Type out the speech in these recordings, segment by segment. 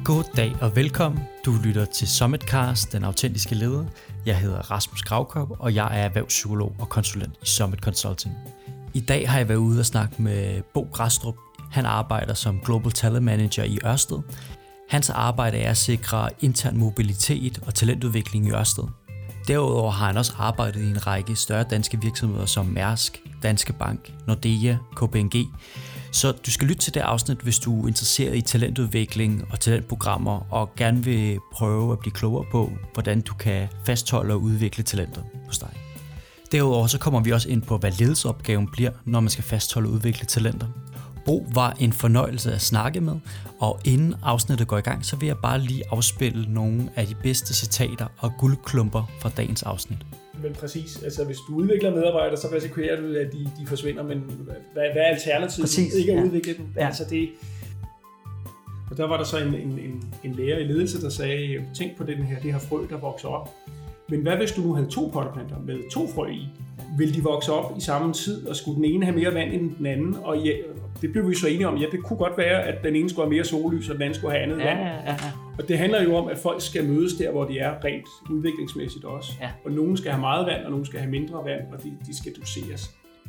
God dag og velkommen. Du lytter til Summitcast, den autentiske leder. Jeg hedder Rasmus Gravkop, og jeg er erhvervspsykolog og konsulent i Summit Consulting. I dag har jeg været ude og snakke med Bo Græstrup. Han arbejder som Global Talent Manager i Ørsted. Hans arbejde er at sikre intern mobilitet og talentudvikling i Ørsted. Derudover har han også arbejdet i en række større danske virksomheder som Mærsk, Danske Bank, Nordea, KPMG. Så du skal lytte til det afsnit, hvis du er interesseret i talentudvikling og talentprogrammer og gerne vil prøve at blive klogere på, hvordan du kan fastholde og udvikle talenter hos dig. Derudover så kommer vi også ind på, hvad ledelsesopgaven bliver, når man skal fastholde og udvikle talenter. Bo var en fornøjelse at snakke med, og inden afsnittet går i gang, så vil jeg bare lige afspille nogle af de bedste citater og guldklumper fra dagens afsnit. Men præcis, altså hvis du udvikler medarbejdere, så risikerer du, at de forsvinder, men hvad er alternativet? Præcis, ikke at udvikle dem? Ja. Altså det. Og der var der så en lærer i ledelse, der sagde, tænk på det her frø, der vokser op. Men hvad hvis du nu havde 2 potteplanter med 2 frø i? Vil de vokse op i samme tid, og skulle den ene have mere vand end den anden? Og ja, det blev vi så enige om, ja, det kunne godt være, at den ene skulle have mere sollys, og den anden skulle have andet vand. Ja. Og det handler jo om, at folk skal mødes der, hvor de er rent udviklingsmæssigt også. Ja. Og nogen skal have meget vand, og nogen skal have mindre vand, og de skal doseres.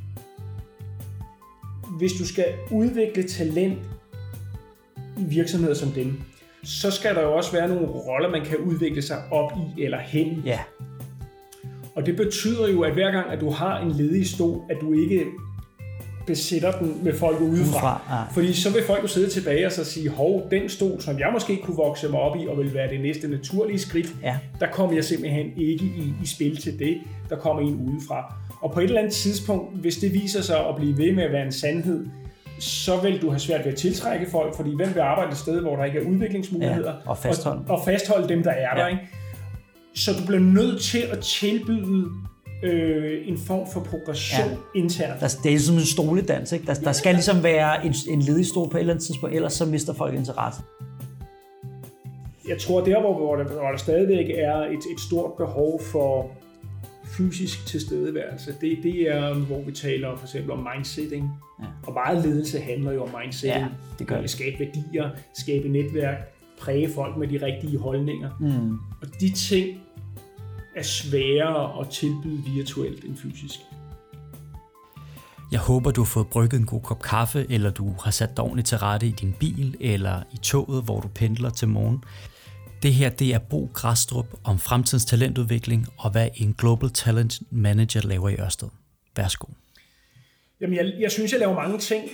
Hvis du skal udvikle talent i virksomheder som dem, så skal der jo også være nogle roller, man kan udvikle sig op i eller hen i. Ja. Og det betyder jo, at hver gang, at du har en ledig stol, at du ikke besætter den med folk udefra. Fordi så vil folk jo sidde tilbage og så sige, hov, den stol, som jeg måske kunne vokse mig op i, og vil være det næste naturlige skridt, der kommer jeg simpelthen ikke i spil til det. Der kommer en udefra. Og på et eller andet tidspunkt, hvis det viser sig at blive ved med at være en sandhed, så vil du have svært ved at tiltrække folk, fordi hvem vil arbejde et sted, hvor der ikke er udviklingsmuligheder, og fastholde dem, der er der. Ikke? Så du bliver nødt til at tilbyde en form for progression internt. Det er ligesom en stoledans, ikke? Der skal ligesom være en ledig stol på et eller andet tidspunkt, ellers så mister folk interesse. Jeg tror, der hvor der stadigvæk er et stort behov for fysisk tilstedeværelse, det er, hvor vi taler for eksempel om mindsetting. Ja. Og meget ledelse handler jo om mindsetting. Ja, det gør det. At skabe værdier, skabe netværk, præge folk med de rigtige holdninger. Og de ting er sværere at tilbyde virtuelt end fysisk. Jeg håber, du har fået brygget en god kop kaffe, eller du har sat dig ordentligt til rette i din bil, eller i toget, hvor du pendler til morgen. Det her, det er Bo Græstrup om fremtidens talentudvikling, og hvad en Global Talent Manager laver i Ørsted. Værsgo. Jamen, jeg synes, jeg laver mange ting,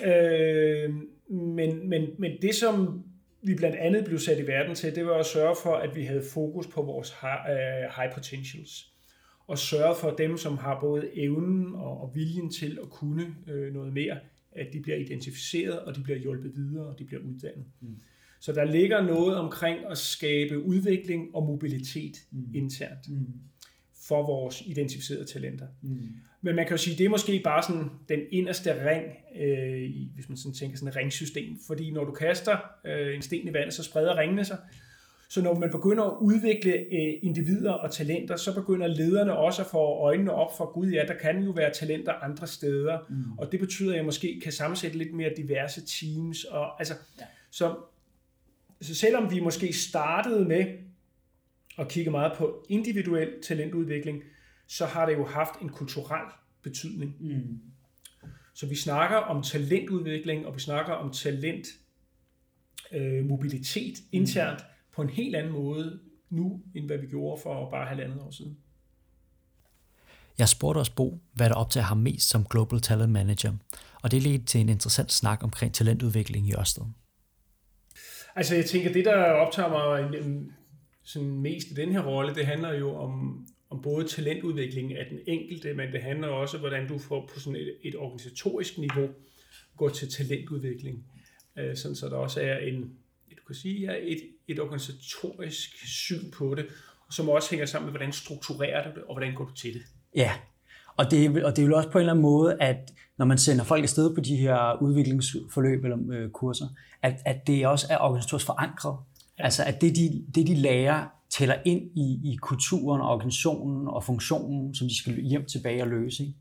men det, som vi blandt andet blev sat i verden til, det var at sørge for, at vi havde fokus på vores high potentials. Og sørge for dem, som har både evnen og viljen til at kunne noget mere, at de bliver identificeret, og de bliver hjulpet videre, og de bliver uddannet. Så der ligger noget omkring at skabe udvikling og mobilitet internt for vores identificerede talenter. Men man kan jo sige, det er måske bare sådan den inderste ring, hvis man sådan tænker sådan et ringsystem. Fordi når du kaster en sten i vandet, så spreder ringene sig. Så når man begynder at udvikle individer og talenter, så begynder lederne også at få øjnene op for, gud ja, der kan jo være talenter andre steder. Og det betyder, at jeg måske kan sammensætte lidt mere diverse teams. Og, altså, så selvom vi måske startede med at kigge meget på individuel talentudvikling, så har det jo haft en kulturel betydning. Så vi snakker om talentudvikling, og vi snakker om talentmobilitet internt på en helt anden måde nu, end hvad vi gjorde for bare 1,5 år siden. Jeg spurgte også Bo, hvad der optager ham mest som Global Talent Manager, og det ledte til en interessant snak omkring talentudvikling i Ørsted. Altså jeg tænker, det der optager mig sådan mest i den her rolle, det handler jo om både talentudvikling af den enkelte, men det handler også om, hvordan du får på sådan et organisatorisk niveau går til talentudvikling. Sådan så der også er et organisatorisk syn på det, som også hænger sammen med, hvordan strukturerer du det, og hvordan går du til det. Ja, og det er jo også på en eller anden måde, at når man sender folk afsted på de her udviklingsforløb eller kurser, at det også er organisatorisk forankret. Ja. Altså at det de lærer, tæller ind i kulturen, organisationen og funktionen, som de skal hjem tilbage og løse. Ikke?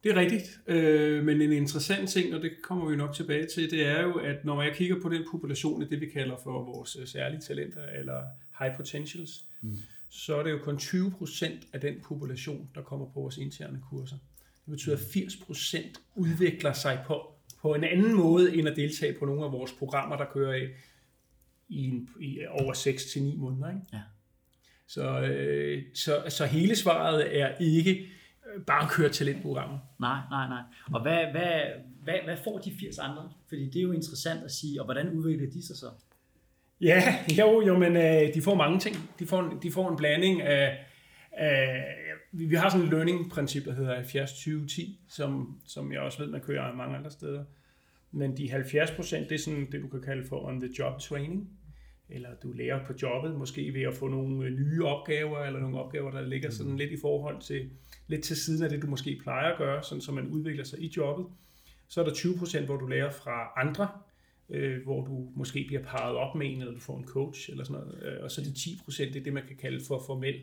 Det er rigtigt, men en interessant ting, og det kommer vi nok tilbage til, det er jo, at når jeg kigger på den population af det, vi kalder for vores særlige talenter, eller high potentials, så er det jo kun 20% af den population, der kommer på vores interne kurser. Det betyder, at 80% udvikler sig på en anden måde, end at deltage på nogle af vores programmer, der kører i over 6-9 måneder. Ikke? Ja. Så hele svaret er ikke bare køre talentprogrammer. Nej. Og hvad får de 80 andre? Fordi det er jo interessant at sige, og hvordan udvikler de sig så? Ja, men de får mange ting. De får en blanding af vi har sådan et learning-princip, der hedder 70-20-10, som jeg også ved, man kører mange andre steder. Men de 70%, det er sådan det, du kan kalde for on-the-job training. Eller du lærer på jobbet, måske ved at få nogle nye opgaver, eller nogle opgaver, der ligger sådan lidt i forhold til, lidt til siden af det, du måske plejer at gøre, sådan så man udvikler sig i jobbet. Så er der 20%, hvor du lærer fra andre, hvor du måske bliver parret op med en, eller du får en coach, eller sådan noget. Og så de 10%, det er det, man kan kalde for formel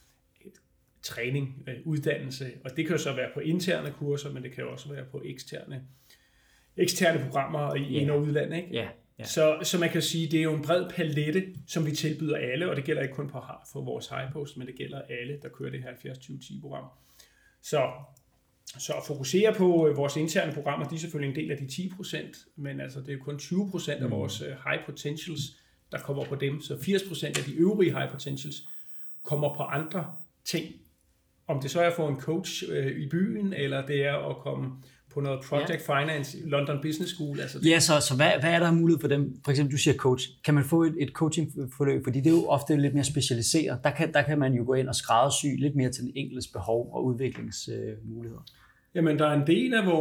træning, uddannelse. Og det kan jo så være på interne kurser, men det kan jo også være på eksterne programmer i ind- og udland, ikke? Ja. Så man kan sige, det er jo en bred palette, som vi tilbyder alle, og det gælder ikke kun for vores high post, men det gælder alle, der kører det her 70-20-10-program. Så at fokusere på vores interne programmer, de er selvfølgelig en del af de 10%, men altså det er jo kun 20% af vores high potentials, der kommer på dem. Så 80% af de øvrige high potentials kommer på andre ting. Om det så er at få en coach i byen, eller det er at komme på noget project finance i London Business School. Altså ja, så hvad er der mulighed for dem? For eksempel, du siger coach. Kan man få et coachingforløb? Fordi det er jo ofte lidt mere specialiseret. Der kan man jo gå ind og skræddersy lidt mere til den enkeltes behov og udviklingsmuligheder. Jamen, der er en del af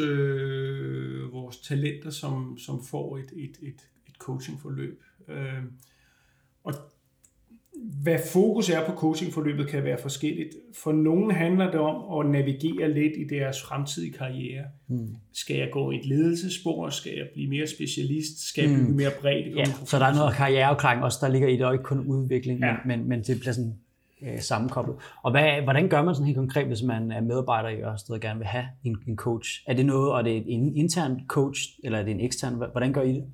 vores talenter, som får et coachingforløb. Og hvad fokus er på coachingforløbet kan være forskelligt. For nogen handler det om at navigere lidt i deres fremtidige karriere. Skal jeg gå i et ledelsesspor? Skal jeg blive mere specialist? Skal jeg blive mere bred? Ja, så der er noget karriereafklaring også, der ligger i det, og ikke kun udvikling, men det bliver sådan sammenkoblet. Og hvordan gør man sådan helt konkret, hvis man er medarbejder i Ørsted og gerne vil have en coach? Er det noget, og det er en intern coach, eller er det en ekstern? Hvordan gør I det?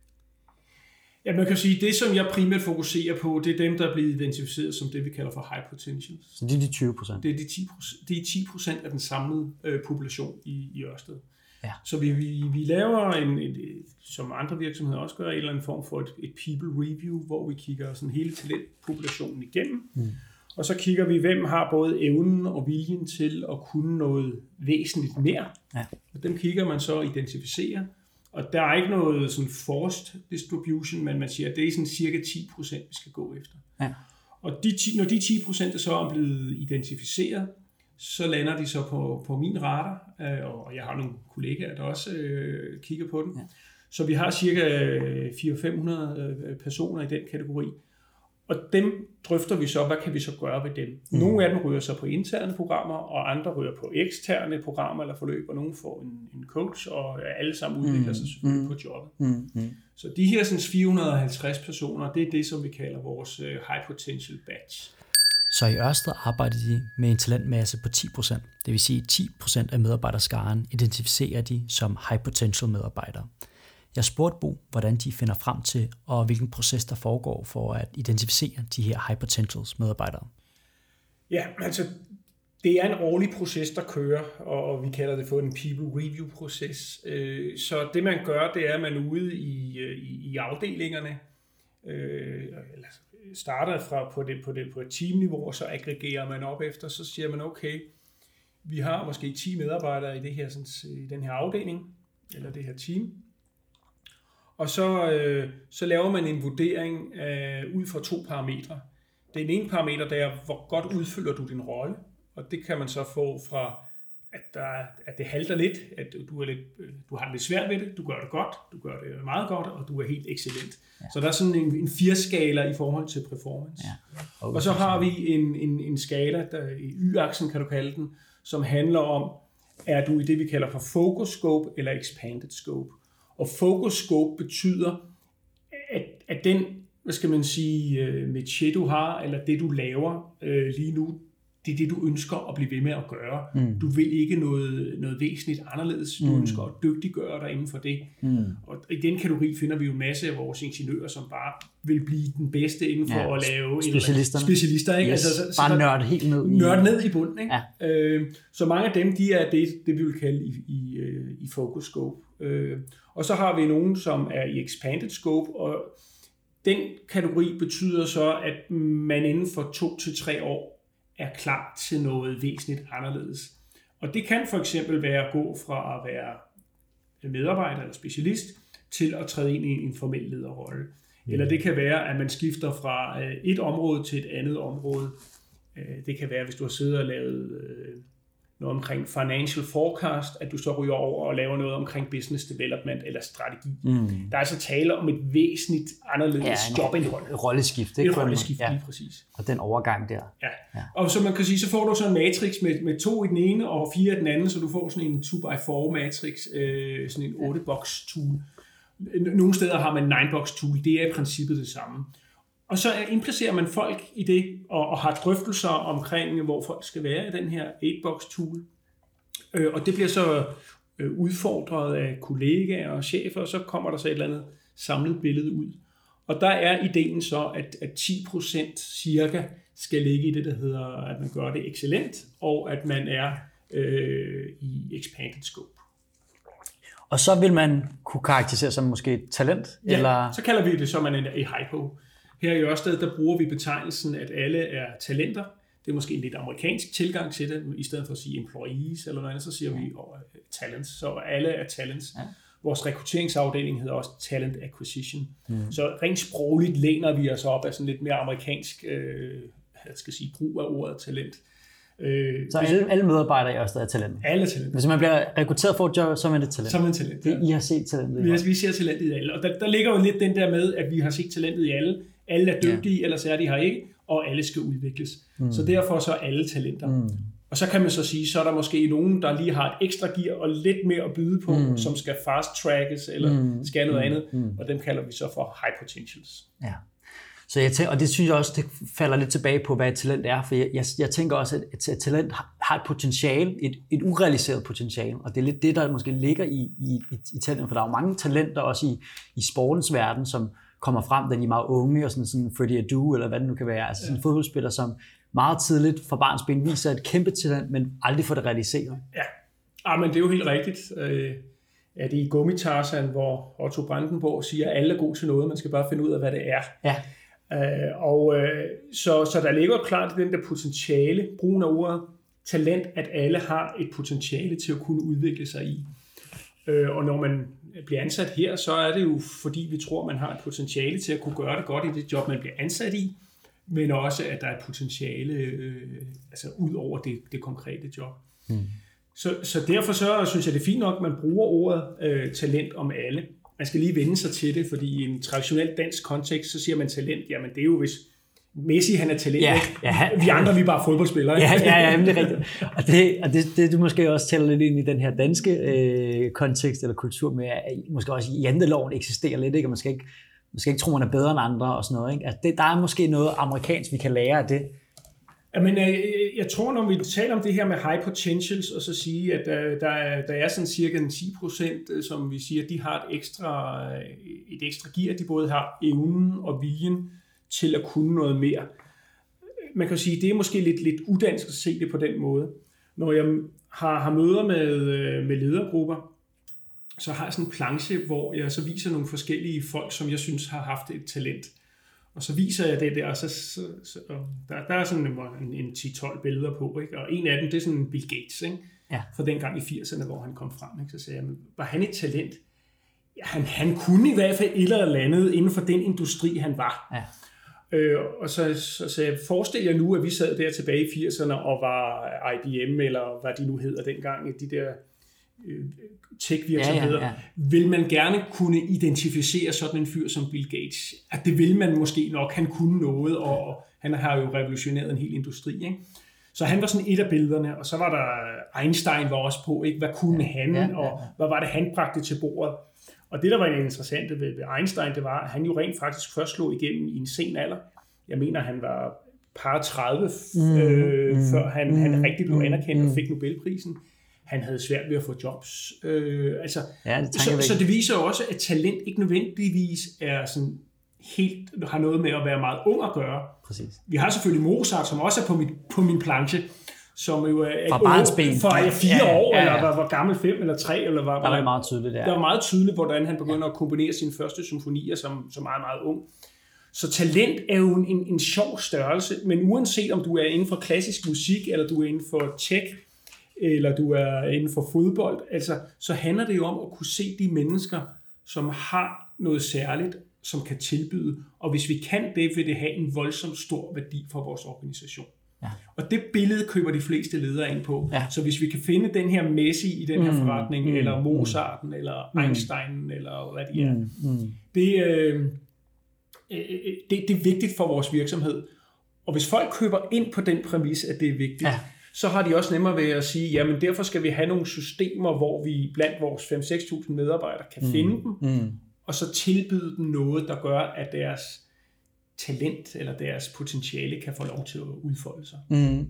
Ja, man kan sige, at det, som jeg primært fokuserer på, det er dem, der er blevet identificeret som det, vi kalder for high potentials. Så det er de 20%? Det er de 10% af den samlede population i Ørsted. Ja. Så vi laver, som andre virksomheder også gør, en eller anden form for et people review, hvor vi kigger sådan hele talentpopulationen igennem. Og så kigger vi, hvem har både evnen og viljen til at kunne noget væsentligt mere. Ja. Og dem kigger man så og identificerer. Og der er ikke noget sådan forced distribution, men man siger, at det er sådan cirka 10%, vi skal gå efter. Ja. Og når de 10% så er blevet identificeret, så lander de så på min radar, og jeg har nogle kollegaer, der også kigger på den. Ja. Så vi har cirka 400-500 personer i den kategori. Og dem drøfter vi så, hvad kan vi så gøre ved dem. Nogle af dem ryger så på interne programmer, og andre ryger på eksterne programmer eller forløb, og nogle får en coach, og alle sammen udvikler sig selvfølgelig på jobbet. Så de her sådan 450 personer, det er det, som vi kalder vores high potential batch. Så i Ørsted arbejder de med en talentmasse på 10%. Det vil sige, at 10% af medarbejderskaren identificerer de som high potential medarbejdere. Jeg spurgte Bo, hvordan de finder frem til, og hvilken proces der foregår for at identificere de her high potentials medarbejdere. Ja, altså det er en årlig proces, der kører, og vi kalder det for en people review proces. Så det man gør, det er, at man ude i afdelingerne eller starter fra på et teamniveau, og så aggregerer man op efter, så siger man, okay, vi har måske 10 medarbejdere i den her afdeling, eller det her team. Og så laver man en vurdering ud fra 2 parametre. Den ene parameter, der er, hvor godt udfylder du din rolle, og det kan man så få fra, at det halter lidt, at du har det lidt svært ved det, du gør det godt, du gør det meget godt, og du er helt excellent. Ja. Så der er sådan en 4-skala i forhold til performance. Ja. Og så har vi en skala, der i Y-aksen kan du kalde den, som handler om, er du i det, vi kalder for focus scope eller expanded scope. Og focus scope betyder, at den, hvad skal man sige, métier du har, eller det du laver lige nu, det er det, du ønsker at blive ved med at gøre. Du vil ikke noget væsentligt anderledes. Du ønsker at dygtiggøre dig inden for det. Og i den kategori finder vi jo en masse af vores ingeniører, som bare vil blive den bedste inden for at lave specialister. Ikke? Yes. Altså, bare nørde helt ned. Nørde ned i bunden. Ikke? Ja. Så mange af dem, de er det vi vil kalde i focus scope. Og så har vi nogen, som er i expanded scope, og den kategori betyder så, at man inden for 2 til 3 år er klar til noget væsentligt anderledes. Og det kan for eksempel være at gå fra at være medarbejder eller specialist til at træde ind i en formel lederrolle. Eller det kan være, at man skifter fra et område til et andet område. Det kan være, hvis du har siddet og lavet noget omkring financial forecast, at du så ryger over og laver noget omkring business development eller strategi. Der er altså tale om et væsentligt anderledes jobindhold. Rolleskift. Et rolleskift, lige præcis. Og den overgang der. Ja. Og så man kan sige, så får du sådan en matrix med 2 i den ene og 4 i den anden, så du får sådan en 2x4 matrix, sådan en 8-box tool. Nogle steder har man en 9-box tool, det er i princippet det samme. Og så indplacerer man folk i det, og har drøftelser omkring, hvor folk skal være i den her 8-box tool. Og det bliver så udfordret af kollegaer og chefer, og så kommer der så et eller andet samlet billede ud. Og der er ideen så, at 10% cirka skal ligge i det, der hedder, at man gør det excellent, og at man er i expanded scope. Og så vil man kunne karakterisere som måske talent? Ja, eller? Så kalder vi det så, man er i hypo. Her i Ørsted, der bruger vi betegnelsen, at alle er talenter. Det er måske en lidt amerikansk tilgang til det. I stedet for at sige employees eller noget andet, så siger vi talents. Så alle er talents. Ja. Vores rekrutteringsafdeling hedder også talent acquisition. Så rent sprogligt læner vi os op af sådan lidt mere amerikansk brug af ordet talent. Så alle medarbejdere i Ørsted er talent? Alle talent. Hvis man bliver rekrutteret for et job, så er det talent? Så er man talent, ja. I har set talentet? Vi ser talentet i alle. Og der ligger jo lidt den der med, at vi har set talentet i alle. Alle er dygtige, ellers er de her ikke, og alle skal udvikles. Så derfor så er alle talenter. Og så kan man så sige, så er der måske nogen, der lige har et ekstra gear og lidt mere at byde på, som skal fast-trackes eller skal noget andet, og dem kalder vi så for high potentials. Ja. Så og det synes jeg også, det falder lidt tilbage på, hvad et talent er, for jeg tænker også, at et talent har et potentiale, et urealiseret potentiale, og det er lidt det, der måske ligger i talent, for der er jo mange talenter også i sportens verden, som kommer frem, da de er meget unge, og sådan Freddie Adu, eller hvad det nu kan være, altså sådan en fodboldspiller, som meget tidligt fra barnsben viser et kæmpe talent, men aldrig får det realiseret. Ja, men det er jo helt rigtigt. Er det i Gummitarsan, hvor Otto Brandenburg siger, at alle er gode til noget, man skal bare finde ud af, hvad det er. Ja. Så der ligger klart den der potentiale, brugen af ordet talent, at alle har et potentiale til at kunne udvikle sig i. Og når man bliver ansat her, så er det jo fordi vi tror, man har et potentiale til at kunne gøre det godt i det job, man bliver ansat i, men også at der er et potentiale ud over det konkrete job. Så derfor så synes jeg, det er fint nok, at man bruger ordet talent om alle. Man skal lige vende sig til det, fordi i en traditionel dansk kontekst, så siger man talent, jamen det er jo hvis Messi, han er talent, vi andre, vi er bare fodboldspillere. Ja, det er rigtigt. Og det du måske også tæller lidt ind i den her danske kontekst eller kultur med, at måske også janteloven eksisterer lidt, ikke? Og man skal ikke tro, man er bedre end andre og sådan noget, ikke? Altså der er måske noget amerikansk, vi kan lære af det. Men jeg tror, når vi taler om det her med high potentials, og så sige, at der er sådan cirka 10%, som vi siger, de har et ekstra gear, de både har evnen og viljen til at kunne noget mere. Man kan sige, det er måske lidt udansk at se det på den måde. Når jeg har møder med ledergrupper, så har jeg sådan en planche, hvor jeg så viser nogle forskellige folk, som jeg synes har haft et talent. Og så viser jeg det der, og der er sådan en 10-12 billeder på, ikke? Og en af dem, det er sådan Bill Gates, ikke? Ja. Fra dengang i 80'erne, hvor han kom frem, ikke? Så sagde jeg, var han et talent? Ja, han kunne i hvert fald et eller andet inden for den industri, han var. Ja. Og så sagde jeg, forestil jer nu, at vi sad der tilbage i 80'erne og var IBM, eller hvad de nu hedder dengang, de der tech-virksomheder. Ja. Vil man gerne kunne identificere sådan en fyr som Bill Gates? At det vil man måske nok. Han kunne noget, og han har jo revolutioneret en hel industri, ikke? Så han var sådan et af billederne, og så var der Einstein var også på, ikke? Hvad kunne han, og hvad var det, han bragte til bordet? Og det, der var interessant ved Einstein, det var, at han jo rent faktisk først slog igennem i en sen alder. Jeg mener, han var par 30, før han rigtig blev anerkendt og fik Nobelprisen. Han havde svært ved at få jobs. Så det viser også, at talent ikke nødvendigvis er sådan helt, har noget med at være meget ung at gøre. Præcis. Vi har selvfølgelig Mozart, som også er på min planche, som jo er fra barnsben. For 4 år, eller var gammel 5 eller 3, eller var der var meget tydeligt der. Der var meget tydeligt, hvordan han begynder at komponere sine første symfonier som meget, meget ung. Så talent er jo en sjov størrelse, men uanset om du er inden for klassisk musik, eller du er inden for tech, eller du er inden for fodbold, altså, så handler det jo om at kunne se de mennesker, som har noget særligt, som kan tilbyde, og hvis vi kan det, vil det have en voldsomt stor værdi for vores organisation. Ja. Og det billede køber de fleste ledere ind på. Ja. Så hvis vi kan finde den her Messi i den her forretning, eller Mozarten, eller Einstein, eller hvad det er, det er vigtigt for vores virksomhed. Og hvis folk køber ind på den præmis, at det er vigtigt, så har de også nemmere ved at sige, jamen derfor skal vi have nogle systemer, hvor vi blandt vores 5-6.000 medarbejdere kan finde dem, og så tilbyde dem noget, der gør, at deres talent eller deres potentiale kan få lov til at udfolde sig.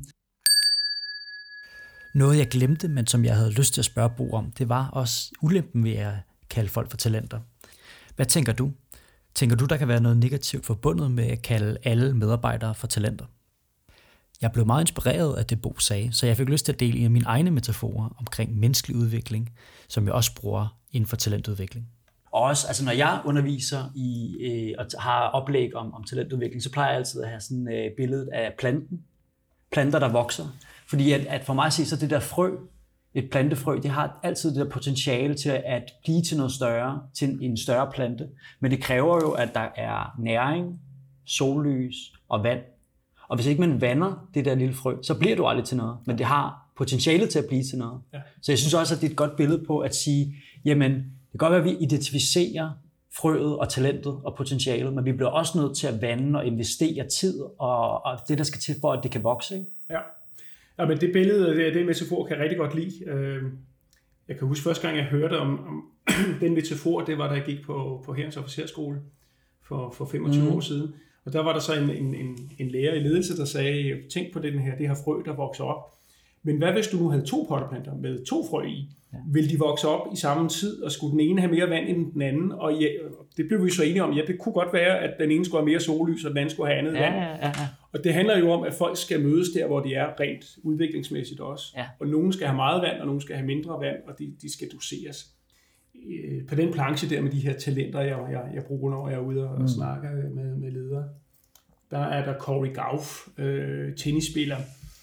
Noget jeg glemte, men som jeg havde lyst til at spørge Bo om, det var også ulempen ved at kalde folk for talenter. Hvad tænker du? Tænker du, der kan være noget negativt forbundet med at kalde alle medarbejdere for talenter? Jeg blev meget inspireret af det, Bo sagde, så jeg fik lyst til at dele en af mine egne metaforer omkring menneskelig udvikling, som jeg også bruger inden for talentudvikling. Også, altså når jeg underviser og har oplæg om talentudvikling, så plejer jeg altid at have sådan et billede af planter, der vokser. Fordi at for mig at se, så det der frø, et plantefrø, det har altid det der potentiale til at blive til noget større, til en større plante. Men det kræver jo, at der er næring, sollys og vand. Og hvis ikke man vander det der lille frø, så bliver du aldrig til noget. Men det har potentiale til at blive til noget. Ja. Så jeg synes også, at det er et godt billede på at sige, jamen, det kan godt være, at vi identificerer frøet og talentet og potentialet, men vi bliver også nødt til at vande og investere tid og det, der skal til for, at det kan vokse. Ikke? Ja, men det billede, det metafor, kan jeg rigtig godt lide. Jeg kan huske første gang, jeg hørte om den metafor, det var, da jeg gik på Hærens Officersskole for 25 år siden. Og der var der så en lærer i ledelse, der sagde, tænk på det her frø, der vokser op. Men hvad hvis du nu havde 2 potteplanter med 2 frø i? Ja. Vil de vokse op i samme tid, og skulle den ene have mere vand end den anden? Og ja, det blev vi så enige om, ja, det kunne godt være, at den ene skulle have mere sollys, og den anden skulle have andet vand. Ja. Og det handler jo om, at folk skal mødes der, hvor de er rent udviklingsmæssigt også. Ja. Og nogen skal have meget vand, og nogen skal have mindre vand, og de skal doseres. På den planche der med de her talenter, jeg bruger, når jeg er ude og snakker med ledere, der er der Corey Gauff, tennisspiller.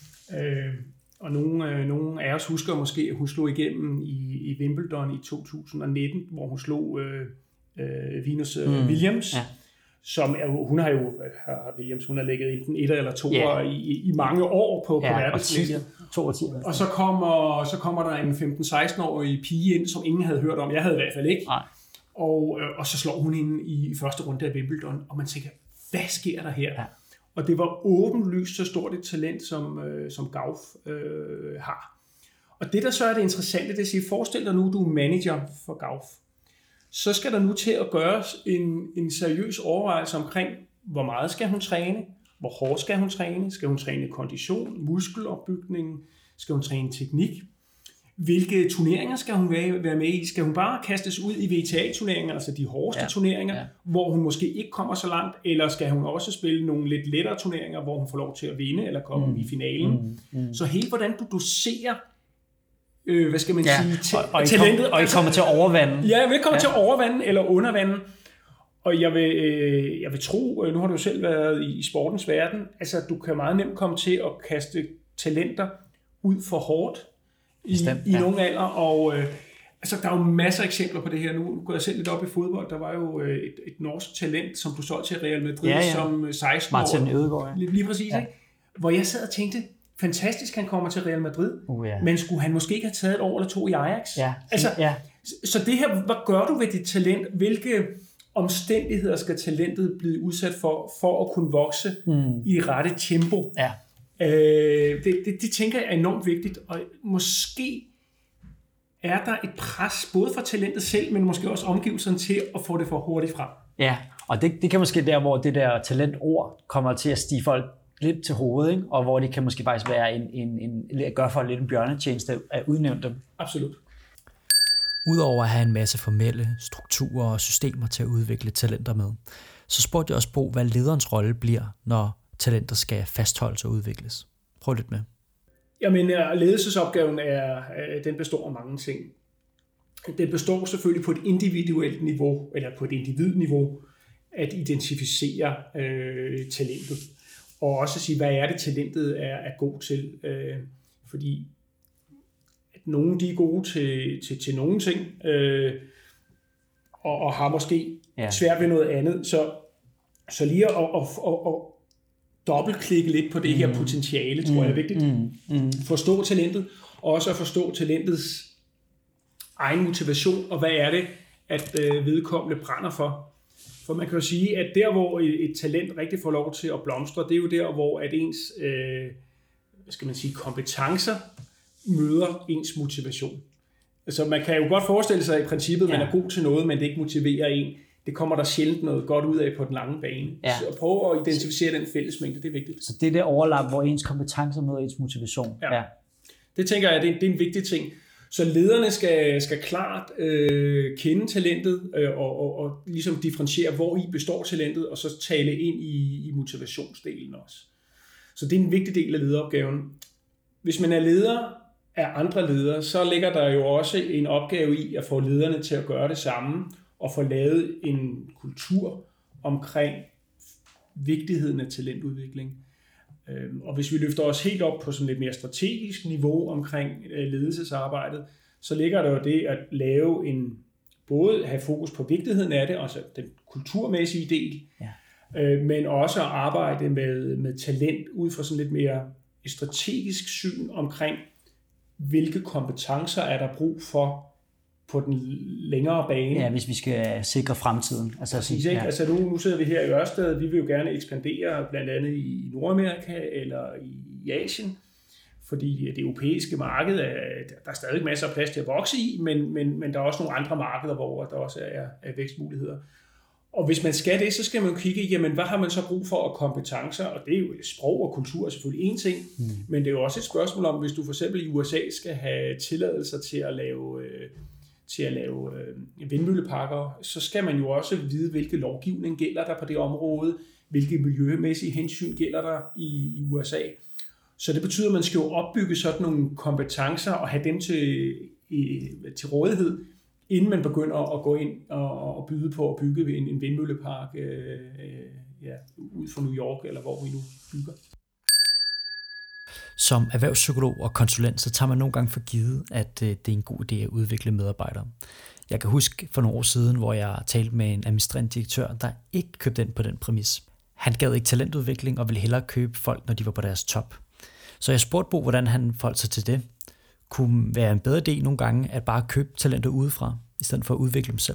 Og nogle af os husker måske, at hun slog igennem i Wimbledon i 2019, hvor hun slog Venus Williams. Ja. Hun har ligget enten 1 eller 2 i mange år på verdenslisten. Og så kommer der en 15-16-årig pige ind, som ingen havde hørt om. Jeg havde i hvert fald ikke. Og så slår hun hende i første runde af Wimbledon, og man tænker, hvad sker der her? Ja. Og det var åbenlyst så stort et talent, som Gauff har. Og det, der så er det interessante, det er at sige, forestil dig nu, du er manager for Gauff. Så skal der nu til at gøres en seriøs overvejelse omkring, hvor meget skal hun træne, hvor hårdt skal hun træne, skal hun træne kondition, muskelopbygning, skal hun træne teknik, hvilke turneringer skal hun være med i, skal hun bare kastes ud i WTA-turneringer, altså de hårdeste turneringer, hvor hun måske ikke kommer så langt, eller skal hun også spille nogle lidt lettere turneringer, hvor hun får lov til at vinde, eller komme i finalen. Så helt hvordan du doserer hvad skal man sige, talentet. Og I kommer til at overvande. Ja, vi kommer til at overvande eller undervande. Og jeg vil tro, nu har du jo selv været i sportens verden, altså du kan meget nemt komme til at kaste talenter ud for hårdt i nogle alder. Og altså, der er jo masser af eksempler på det her. Nu går jeg selv lidt op i fodbold. Der var jo et norsk talent, som du solgte til Real Madrid som 16 år. Martin Ødegaard. Lige præcis, ikke? Hvor jeg sad og tænkte, fantastisk, han kommer til Real Madrid, men skulle han måske ikke have taget 1 år eller 2 i Ajax? Så det her, hvad gør du ved dit talent? Hvilke omstændigheder skal talentet blive udsat for at kunne vokse i rette tempo? Ja. Det tænker jeg er enormt vigtigt, og måske er der et pres, både for talentet selv, men måske også omgivelserne til at få det for hurtigt frem. Ja, og det kan måske der, hvor det der talentord kommer til at stige folk lidt til hovedet, ikke? Og hvor det kan måske faktisk være at gøre for lidt en bjørnetjeneste at udnævne dem. Absolut. Udover at have en masse formelle strukturer og systemer til at udvikle talenter med, så spurgte jeg også Bo, hvad lederens rolle bliver, når talenter skal fastholdes og udvikles. Prøv lidt med. Jamen, ledelsesopgaven den består af mange ting. Den består selvfølgelig på et individuelt niveau, eller på et individniveau, at identificere talentet. Og også sige, hvad er det, talentet er god til. Fordi at nogen de er gode til nogle ting, og har måske svært ved noget andet. Så lige at dobbeltklikke lidt på det her potentiale, tror jeg er vigtigt. Forstå talentet, og også at forstå talentets egen motivation, og hvad er det, at vedkommende brænder for. For man kan jo sige, at der, hvor et talent rigtig får lov til at blomstre, det er jo der, hvor at ens kompetencer møder ens motivation. Altså man kan jo godt forestille sig i princippet, at man er god til noget, men det ikke motiverer en. Det kommer der sjældent noget godt ud af på den lange bane. Ja. Så prøv at identificere den fællesmængde, det er vigtigt. Så det er det overlap, hvor ens kompetencer møder ens motivation. Ja. Det tænker jeg, det er en vigtig ting. Så lederne skal klart kende talentet og ligesom differentiere, hvor i består talentet, og så tale ind i motivationsdelen også. Så det er en vigtig del af lederopgaven. Hvis man er leder af andre ledere, så ligger der jo også en opgave i at få lederne til at gøre det samme, og få lavet en kultur omkring vigtigheden af talentudvikling. Og hvis vi løfter os helt op på sådan lidt mere strategisk niveau omkring ledelsesarbejdet, så ligger der jo det at lave både have fokus på vigtigheden af det, altså den kulturmæssige del, men også at arbejde med talent ud fra sådan lidt mere et strategisk syn omkring, hvilke kompetencer er der brug for på den længere bane. Ja, hvis vi skal sikre fremtiden. Altså nu sidder vi her i Ørsted, vi vil jo gerne ekspandere blandt andet i Nordamerika eller i Asien, fordi det europæiske marked, der er stadig masser af plads til at vokse i, men der er også nogle andre markeder, hvor der også er vækstmuligheder. Og hvis man skal det, så skal man jo kigge, jamen hvad har man så brug for af kompetencer, og det er jo sprog og kultur er selvfølgelig en ting, men det er jo også et spørgsmål om, hvis du for eksempel i USA skal have tilladelser til at lave vindmølleparker, så skal man jo også vide, hvilke lovgivning gælder der på det område, hvilke miljømæssige hensyn gælder der i USA. Så det betyder, at man skal jo opbygge sådan nogle kompetencer og have dem til rådighed, inden man begynder at gå ind og byde på at bygge en vindmøllepark ud fra New York, eller hvor vi nu bygger. Som erhvervspsykolog og konsulent, så tager man nogle gange for givet, at det er en god idé at udvikle medarbejdere. Jeg kan huske for nogle år siden, hvor jeg talte med en administrerende direktør, der ikke købte ind på den præmis. Han gad ikke talentudvikling og ville hellere købe folk, når de var på deres top. Så jeg spurgte Bo, hvordan han forholdt sig til det. Kunne være en bedre idé nogle gange at bare købe talenter udefra, i stedet for at udvikle dem selv?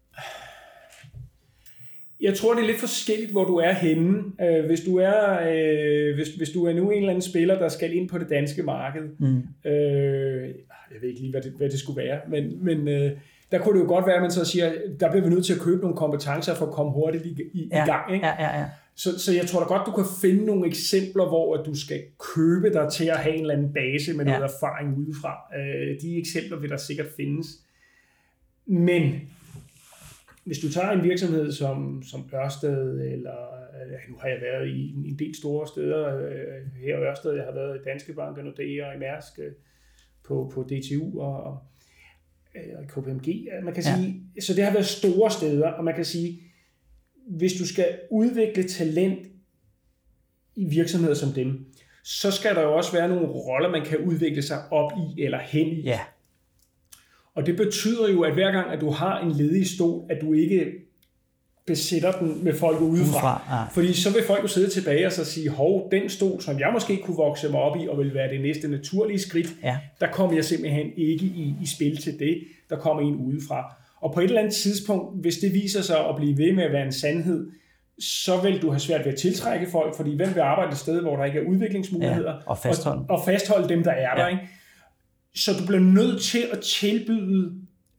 Jeg tror, det er lidt forskelligt, hvor du er henne. Hvis du er nu en eller anden spiller, der skal ind på det danske marked, jeg ved ikke lige, hvad det skulle være, men der kunne det jo godt være, at man så siger, der bliver vi nødt til at købe nogle kompetencer for at komme hurtigt i gang. Ikke? Ja. Så jeg tror da godt, du kan finde nogle eksempler, hvor du skal købe dig til at have en eller anden base med noget erfaring udefra. De eksempler vil der sikkert findes. Men hvis du tager en virksomhed som Ørsted, eller nu har jeg været i en del store steder her i Ørsted, jeg har været i Danske Bank og Nordea og i Mærsk på DTU og KPMG. Man kan sige, så det har været store steder, og man kan sige, hvis du skal udvikle talent i virksomheder som dem, så skal der jo også være nogle roller, man kan udvikle sig op i eller hen i. Ja. Og det betyder jo, at hver gang, at du har en ledig stol, at du ikke besætter den med folk udefra. Fordi så vil folk jo sidde tilbage og så sige, hov, den stol, som jeg måske kunne vokse mig op i, og vil være det næste naturlige skridt, der kommer jeg simpelthen ikke i spil til det. Der kommer en udefra. Og på et eller andet tidspunkt, hvis det viser sig at blive ved med at være en sandhed, så vil du have svært ved at tiltrække folk, fordi hvem vil arbejde et sted, hvor der ikke er udviklingsmuligheder, og fastholde dem, der er der. Ikke? Så du bliver nødt til at tilbyde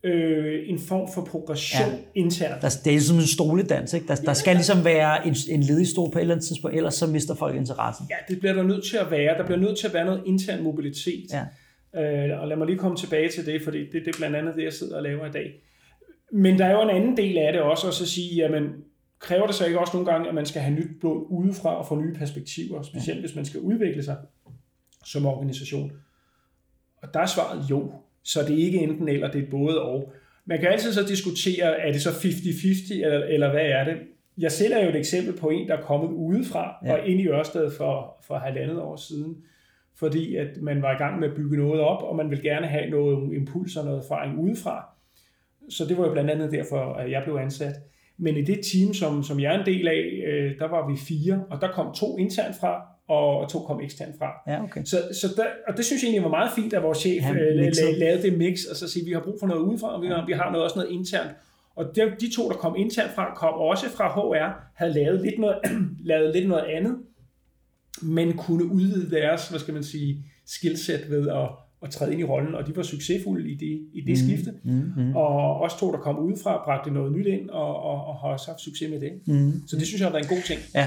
en form for progression internt. Det er ligesom en stoledans, ikke? Der skal ligesom være en ledig stol på et eller andet tidspunkt, ellers så mister folk interessen. Ja, det bliver der nødt til at være. Der bliver nødt til at være noget intern mobilitet. Ja. Og lad mig lige komme tilbage til det, for det er blandt andet det, jeg sidder og laver i dag. Men der er jo en anden del af det også, at sige, jamen, kræver det så ikke også nogle gange, at man skal have nyt blod udefra og få nye perspektiver, specielt hvis man skal udvikle sig som organisation? Og der er svaret jo. Så det er ikke enten eller, det er både og. Man kan altid så diskutere, er det så 50-50, eller hvad er det? Jeg selv er jo et eksempel på en, der er kommet udefra og ind i Ørsted for 1,5 år siden, fordi at man var i gang med at bygge noget op, og man ville gerne have noget impuls og noget erfaring udefra. Så det var jo blandt andet derfor, at jeg blev ansat. Men i det team, som jeg er en del af, der var vi 4, og der kom 2 internt fra, og 2 kom eksternt fra. Ja, okay. Og det synes jeg egentlig var meget fint, at vores chef lavede det mix, og så sige, at vi har brug for noget udefra, og vi har også noget internt. Og de 2, der kom internt fra, kom også fra HR, havde lavet lidt noget andet, men kunne udvide deres, skillset ved at træde ind i rollen, og de var succesfulde i det skifte. Og også 2, der kom udefra, bragte noget nyt ind, og har også haft succes med det. Så det synes jeg har været en god ting. Ja.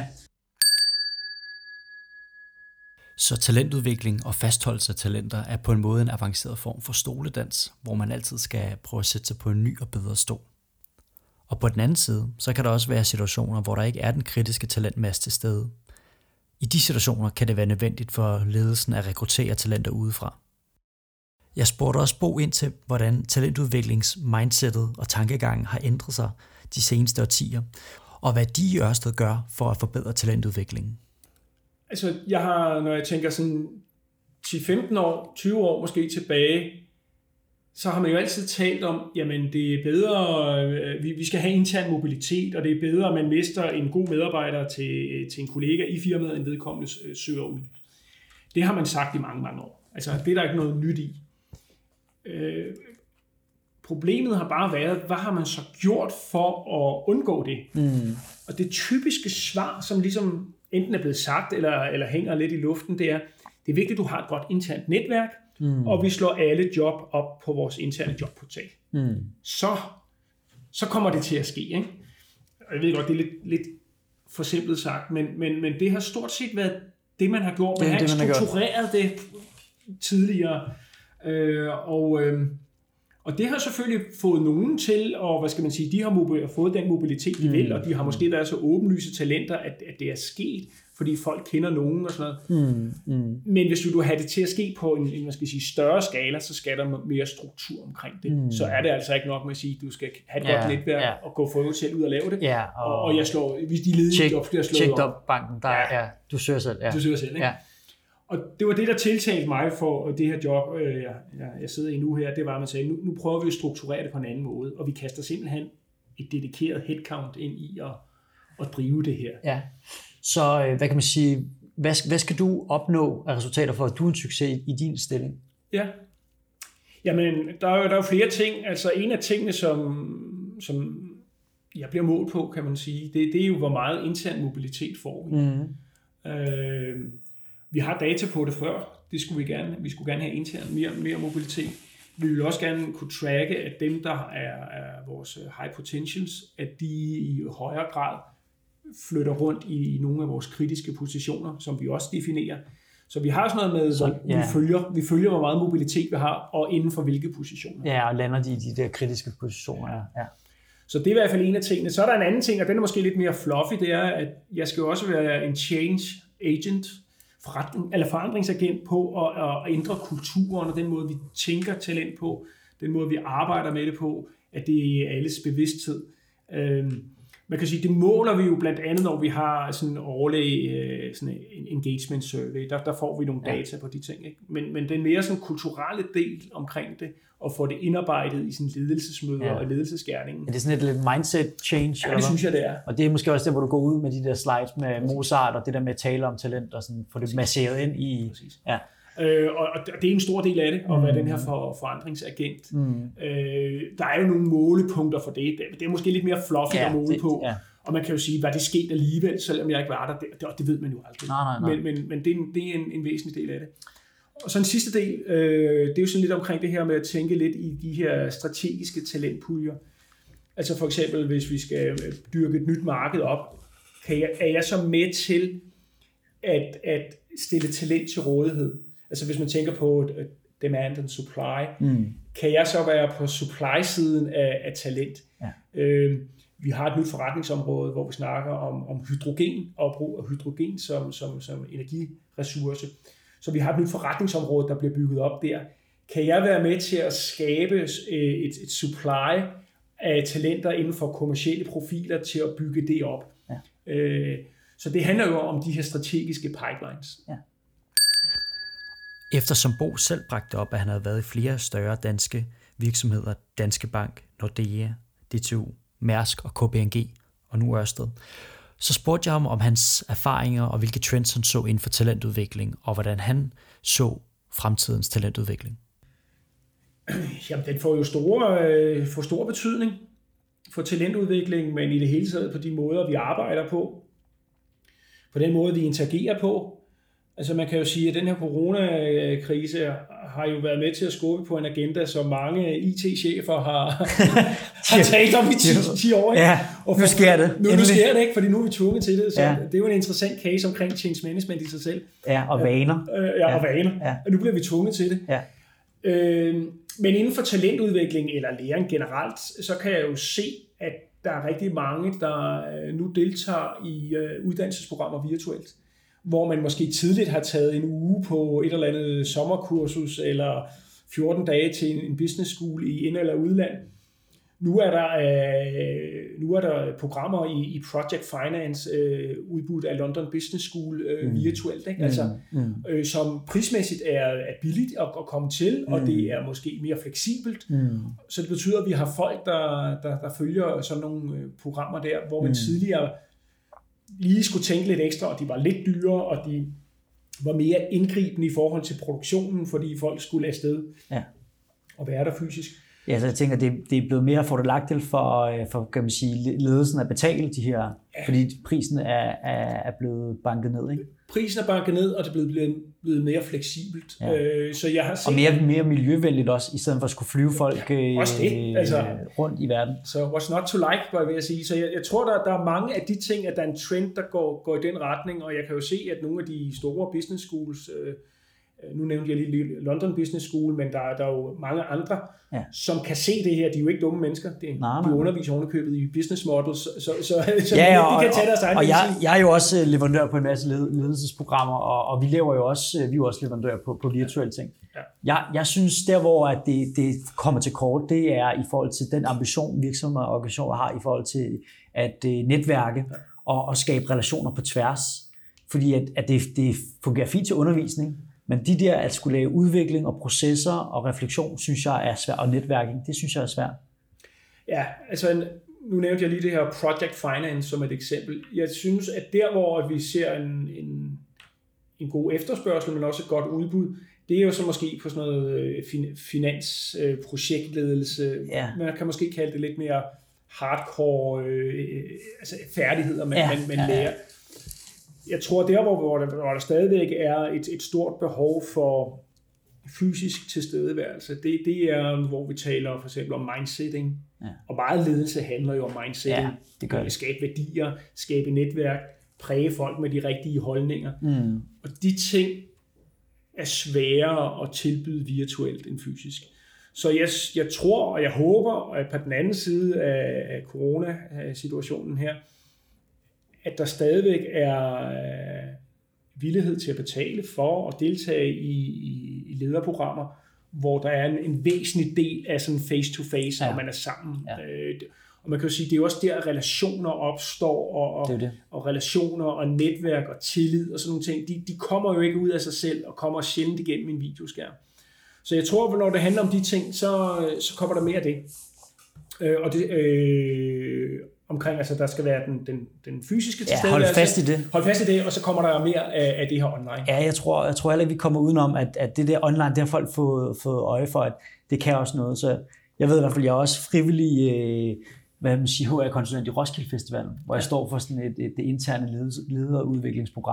Så talentudvikling og fastholdelse af talenter er på en måde en avanceret form for stoledans, hvor man altid skal prøve at sætte sig på en ny og bedre stol. Og på den anden side, så kan der også være situationer, hvor der ikke er den kritiske talentmasse til stede. I de situationer kan det være nødvendigt for ledelsen at rekruttere talenter udefra. Jeg spurgte også Bo ind til, hvordan talentudviklingsmindsetet og tankegangen har ændret sig de seneste årtier, og hvad de i Ørsted gør for at forbedre talentudviklingen. Altså, når jeg tænker sådan 10-15 år, 20 år måske tilbage, så har man jo altid talt om, jamen det er bedre, vi skal have intern mobilitet, og det er bedre, at man mister en god medarbejder til en kollega i firmaet, end vedkommende søger ud. Det har man sagt i mange, mange år. Altså, det er der ikke noget nyt i. Problemet har bare været, hvad har man så gjort for at undgå det? Og det typiske svar, som ligesom enten er blevet sagt, eller hænger lidt i luften, det er vigtigt, at du har et godt internt netværk, og vi slår alle job op på vores interne jobportal. Så kommer det til at ske. Ikke? Jeg ved godt, det er lidt forsimplet sagt, men det har stort set været det, man har gjort. Man har ikke struktureret det tidligere. Og det har selvfølgelig fået nogen til, og de har fået den mobilitet, de vil, og de har måske været så åbenlyse talenter, at det er sket, fordi folk kender nogen og sådan noget. Men hvis du have det til at ske på en større skala, så skal der mere struktur omkring det. Så er det altså ikke nok med at sige, at du skal have et godt netværk og gå for øvrigt selv ud og lave det. Og jeg slår, hvis de ledige job bliver slået op banken, du søger selv. Du søger selv, ikke? Ja. Og det var det, der tiltalte mig for det her job, jeg sidder i nu her, det var, at man sagde, nu prøver vi at strukturere det på en anden måde, og vi kaster simpelthen et dedikeret headcount ind i at drive det her. Ja, så hvad kan man sige, hvad skal du opnå af resultater for, at du er en succes i din stilling? Ja, jamen der er jo flere ting. Altså en af tingene, som jeg bliver målt på, kan man sige, det er jo, hvor meget intern mobilitet får vi. Vi har data på det før. Det skulle vi gerne. Vi skulle gerne have intern mere mobilitet. Vi vil også gerne kunne tracke, at dem, der er vores high potentials, at de i højere grad flytter rundt i nogle af vores kritiske positioner, som vi også definerer. Så vi har sådan noget med, vi følger, hvor meget mobilitet vi har, og inden for hvilke positioner. Ja, og lander de i de der kritiske positioner. Ja. Så det er i hvert fald en af tingene. Så er der en anden ting, og den er måske lidt mere fluffy, det er, at jeg skal også være en change agent, forandringsagent på at ændre kulturen, og den måde, vi tænker talent på, den måde, vi arbejder med det på, at det er alles bevidsthed. Man kan sige, det måler vi jo blandt andet, når vi har sådan en årlig sådan en engagement survey. Der får vi nogle data på de ting. Ikke? Men den mere sådan kulturelle del omkring det, og få det indarbejdet i sådan ledelsesmøder og ledelsesgerningen. Er det sådan et lidt mindset change? Ja, det synes jeg, det er. Og det er måske også det, hvor du går ud med de der slides med Mozart, og det der med at tale om talent, og sådan få det masseret ind i... Præcis. Ja. Og det er en stor del af det, at være den her forandringsagent. Der er jo nogle målepunkter for det. Det er måske lidt mere fluffy at måle på. Ja. Og man kan jo sige, hvad det skete alligevel, selvom jeg ikke var der. Det ved man jo aldrig. Nej. Men det er en væsentlig del af det. Og så en sidste del, det er jo sådan lidt omkring det her med at tænke lidt i de her strategiske talentpuljer. Altså for eksempel, hvis vi skal dyrke et nyt marked op, er jeg så med til at stille talent til rådighed? Altså hvis man tænker på demand and supply, kan jeg så være på supply-siden af talent? Ja. Vi har et nyt forretningsområde, hvor vi snakker om hydrogen og brug af hydrogen som energiressource. Så vi har et nyt forretningsområde, der bliver bygget op der. Kan jeg være med til at skabe et supply af talenter inden for kommercielle profiler til at bygge det op? Ja. Så det handler jo om de her strategiske pipelines. Ja. Eftersom Bo selv bragte op, at han havde været i flere større danske virksomheder, Danske Bank, Nordea, DTU, Mærsk og KPMG, og nu Ørsted, så spurgte jeg ham om hans erfaringer og hvilke trends han så inden for talentudvikling, og hvordan han så fremtidens talentudvikling. Jamen, den får jo stor betydning for talentudvikling, men i det hele taget på de måder, vi arbejder på den måde, vi interagerer på. Altså man kan jo sige, at den her coronakrise har jo været med til at skubbe på en agenda, som mange IT-chefer har talt om i 10 år. Ja, og nu sker det. Nu sker det ikke, fordi nu er vi tvunget til det. Så det er jo en interessant case omkring change management i sig selv. Ja, og vaner. Og vaner. Ja. Og nu bliver vi tvunget til det. Ja. Men inden for talentudvikling eller læring generelt, så kan jeg jo se, at der er rigtig mange, der nu deltager i uddannelsesprogrammer virtuelt, hvor man måske tidligt har taget en uge på et eller andet sommerkursus eller 14 dage til en business school i ind- eller udland. Nu er der programmer i Project Finance udbudt af London Business School virtuelt, ikke? Altså, som prismæssigt er billigt at komme til, og det er måske mere fleksibelt. Så det betyder, at vi har folk, der følger sådan nogle programmer der, hvor man tidligere lige skulle tænke lidt ekstra, og de var lidt dyrere, og de var mere indgribende i forhold til produktionen, fordi folk skulle afsted og være der fysisk. Ja, så jeg tænker, det er blevet mere fordelagtigt for kan man sige, ledelsen at betale de her, fordi prisen er blevet banket ned, ikke? Prisen er banket ned, og det er blevet mere fleksibelt. Ja. Så jeg har set, og mere miljøvenligt også, i stedet for at skulle flyve folk rundt i verden. Så what's not to like, vil jeg sige. Så jeg tror, der er mange af de ting, at der er en trend, der går i den retning, og jeg kan jo se, at nogle af de store business schools, nu nævnte jeg lige London Business School, men der er jo mange andre, som kan se det her. De er jo ikke dumme mennesker. De underviser ovenikøbet i business models, så de kan tage deres egen. Og jeg er jo også leverandør på en masse ledelsesprogrammer, og vi er jo også leverandør på virtuelle ting. Ja. Jeg synes, der hvor at det kommer til kort, det er i forhold til den ambition, virksomheder og organisationer har i forhold til at netværke og skabe relationer på tværs. Fordi at det fungerer fint til undervisning, men de der at skulle lave udvikling og processer og refleksion, synes jeg er svært, og netværking, det synes jeg er svært. Ja, altså nu nævnte jeg lige det her Project Finance som et eksempel. Jeg synes, at der hvor vi ser en god efterspørgsel, men også et godt udbud, det er jo så måske på sådan noget finansprojektledelse. Man kan måske kalde det lidt mere hardcore færdigheder, man lærer. Jeg tror, der hvor der stadigvæk er et stort behov for fysisk tilstedeværelse, det er, hvor vi taler for eksempel om mindsetting. Ja. Og meget ledelse handler jo om mindsetting. Ja, det gør det. Skabe værdier, skabe netværk, præge folk med de rigtige holdninger. Og de ting er sværere at tilbyde virtuelt end fysisk. Så jeg tror, og jeg håber, at på den anden side af corona-situationen her, at der stadigvæk er villighed til at betale for at deltage i lederprogrammer, hvor der er en væsentlig del af sådan face-to-face, når man er sammen. Ja. Og man kan jo sige, det er jo også der, relationer opstår, og relationer og netværk og tillid og sådan nogle ting, de kommer jo ikke ud af sig selv, og kommer sjældent igennem en videoskærm. Så jeg tror, at når det handler om de ting, så kommer der mere af det. Og det omkring, altså der skal være den fysiske tilstedeværelse. Hold fast i det, og så kommer der mere af det her online. Ja, jeg tror heller ikke, vi kommer udenom, at det der online, det har folk fået øje for, at det kan også noget. Så jeg ved i hvert fald, jeg er også frivillig HR-konsulent i Roskilde Festivalen, hvor jeg står for sådan det interne lederudviklingsprogram.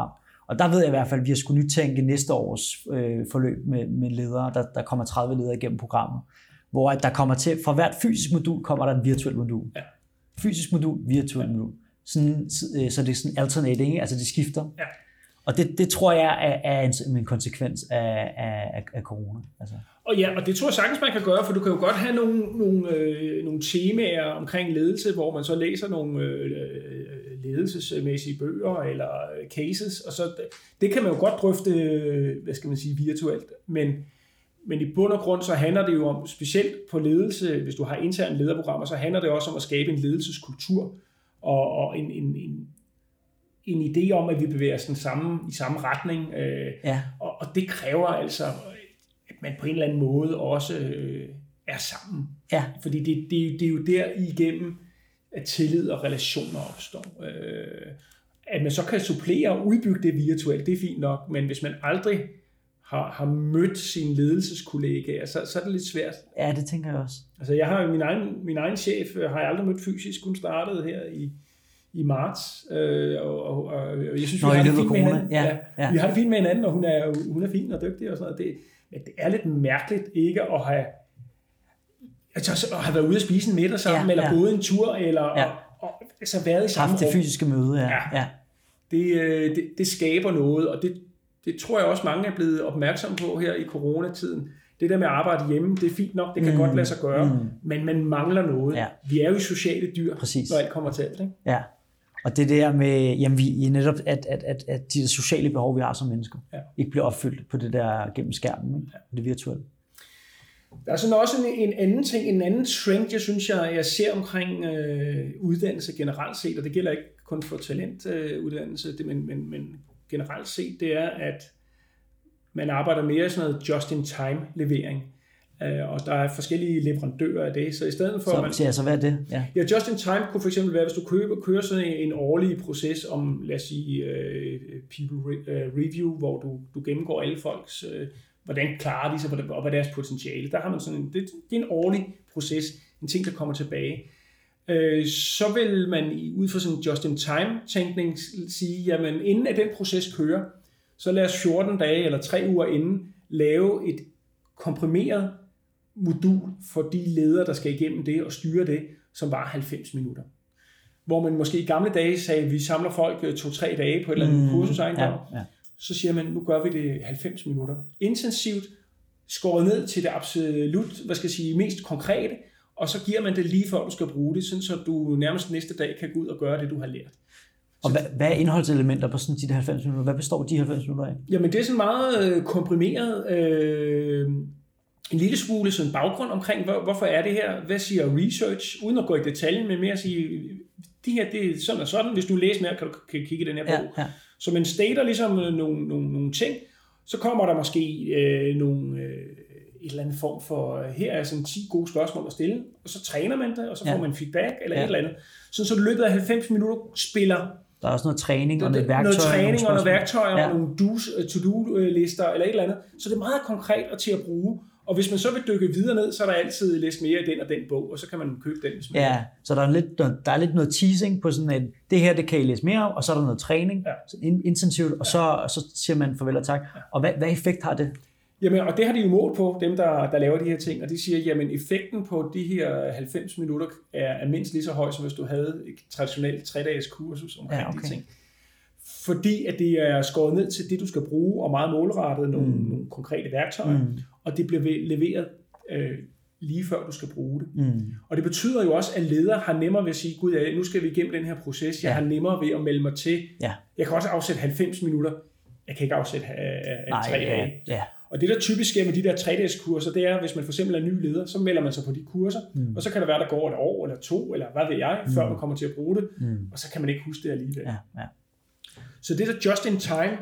Og der ved jeg i hvert fald, at vi har skulle nytænke næste års forløb med ledere. Der kommer 30 ledere igennem programmet, hvor der kommer til, fra hvert fysisk modul kommer der en virtuel modul. Ja. Fysisk modul, virtuel modul. Sådan, så det er sådan alternating, altså det skifter. Ja. Og det tror jeg er en konsekvens af corona. Altså. Og det tror jeg sagtens, man kan gøre, for du kan jo godt have nogle temaer omkring ledelse, hvor man så læser nogle ledelsesmæssige bøger eller cases, og så det kan man jo godt drøfte, virtuelt, men i bund og grund så handler det jo om, specielt på ledelse, hvis du har interne lederprogrammer, så handler det også om at skabe en ledelseskultur og en idé om, at vi bevæger os i samme retning. Og det kræver altså, at man på en eller anden måde også er sammen. Ja. Fordi det er jo der igennem, at tillid og relationer opstår. At man så kan supplere og udbygge det virtuelt, det er fint nok, men hvis man aldrig har mødt sine ledelseskollegaer, så er det lidt svært. Ja, det tænker jeg også. Altså jeg har min egen chef, har jeg aldrig mødt fysisk. Hun startede her i marts, og jeg synes, vi har det fint med hinanden. Ja. Vi har det fint med hinanden, og hun er fin og dygtig og sådan noget. Men det er lidt mærkeligt ikke at have været ude at spise en middag sammen, eller gået en tur, eller altså været i samme rum. Haft det fysiske møde, ja. Det skaber noget, og det tror jeg også mange er blevet opmærksom på her i coronatiden. Det der med at arbejde hjemme, det er fint nok, det kan godt lade sig gøre, men man mangler noget. Ja. Vi er jo sociale dyr, når alt kommer til alt. Ikke? Ja, og det der med, jamen vi netop, at de sociale behov, vi har som mennesker, ikke bliver opfyldt på det der gennem skærmen, ikke? Det virtuelle. Der er sådan også en anden ting, en anden trend, jeg synes, jeg ser omkring uddannelse generelt set, og det gælder ikke kun for talentuddannelse, men generelt set, det er, at man arbejder mere sådan noget just-in-time-levering. Og der er forskellige leverandører af det, så i stedet for... Så hvad er det? Ja, just-in-time kunne for eksempel være, hvis du kører sådan en årlig proces om, lad os sige, people review, hvor du gennemgår alle folks, hvordan klarer de sig, og hvad er deres potentiale. Der har man sådan det er en årlig proces, en ting, der kommer tilbage. Så vil man ud fra sådan en just-in-time-tænkning sige, jamen inden at den proces kører, så lad os 14 dage eller 3 uger inden lave et komprimeret modul for de ledere, der skal igennem det og styre det, som var 90 minutter. Hvor man måske i gamle dage sagde, at vi samler folk 2-3 dage på et eller andet kursusejendom. Så siger man, nu gør vi det 90 minutter. Intensivt, skåret ned til det absolut, mest konkrete, og så giver man det lige før du skal bruge det, sådan så du nærmest næste dag kan gå ud og gøre det, du har lært. Og hvad er indholdselementer på sådan de 90 minutter? Hvad består de 90 minutter af? Jamen det er sådan meget komprimeret. En lille smule sådan baggrund omkring, hvorfor er det her? Hvad siger research? Uden at gå i detaljen, men mere at sige, det her det er sådan og sådan. Hvis du læser mere, kan du kigge i den her bog. Ja. Så man stater ligesom nogle ting. Så kommer der måske et eller andet form for, her er sådan 10 gode spørgsmål at stille, og så træner man det, og så får man feedback eller et eller andet. Så løbet af 90 minutter spiller. Der er også noget træning og noget værktøj. Noget træning og noget værktøj og nogle to-do-lister eller et eller andet. Så det er meget konkret og til at bruge. Og hvis man så vil dykke videre ned, så er der altid læst mere i den og den bog, og så kan man købe den. Så der er lidt noget teasing på sådan et, det her det kan I læse mere om, og så er der noget træning, intensivt, og så siger man farvel og tak. Og hvad effekt har det? Jamen, og det har de jo målt på, dem der laver de her ting, og de siger, jamen effekten på de her 90 minutter er mindst lige så høj, som hvis du havde et traditionelt 3-dages kursus omkring de ting. Fordi at det er skåret ned til det, du skal bruge, og meget målrettet nogle konkrete værktøjer, og det bliver leveret lige før du skal bruge det. Og det betyder jo også, at ledere har nemmere ved at sige, gud, nu skal vi igennem den her proces, jeg har nemmere ved at melde mig til. Jeg kan også afsætte 90 minutter, jeg kan ikke afsætte 3 dage. Og det der typisk sker med de der 3-dages kurser, det er, hvis man for eksempel er ny leder, så melder man sig på de kurser, og så kan det være, der går et år eller 2, eller hvad ved jeg, før man kommer til at bruge det, og så kan man ikke huske det alligevel. Så det der just in time,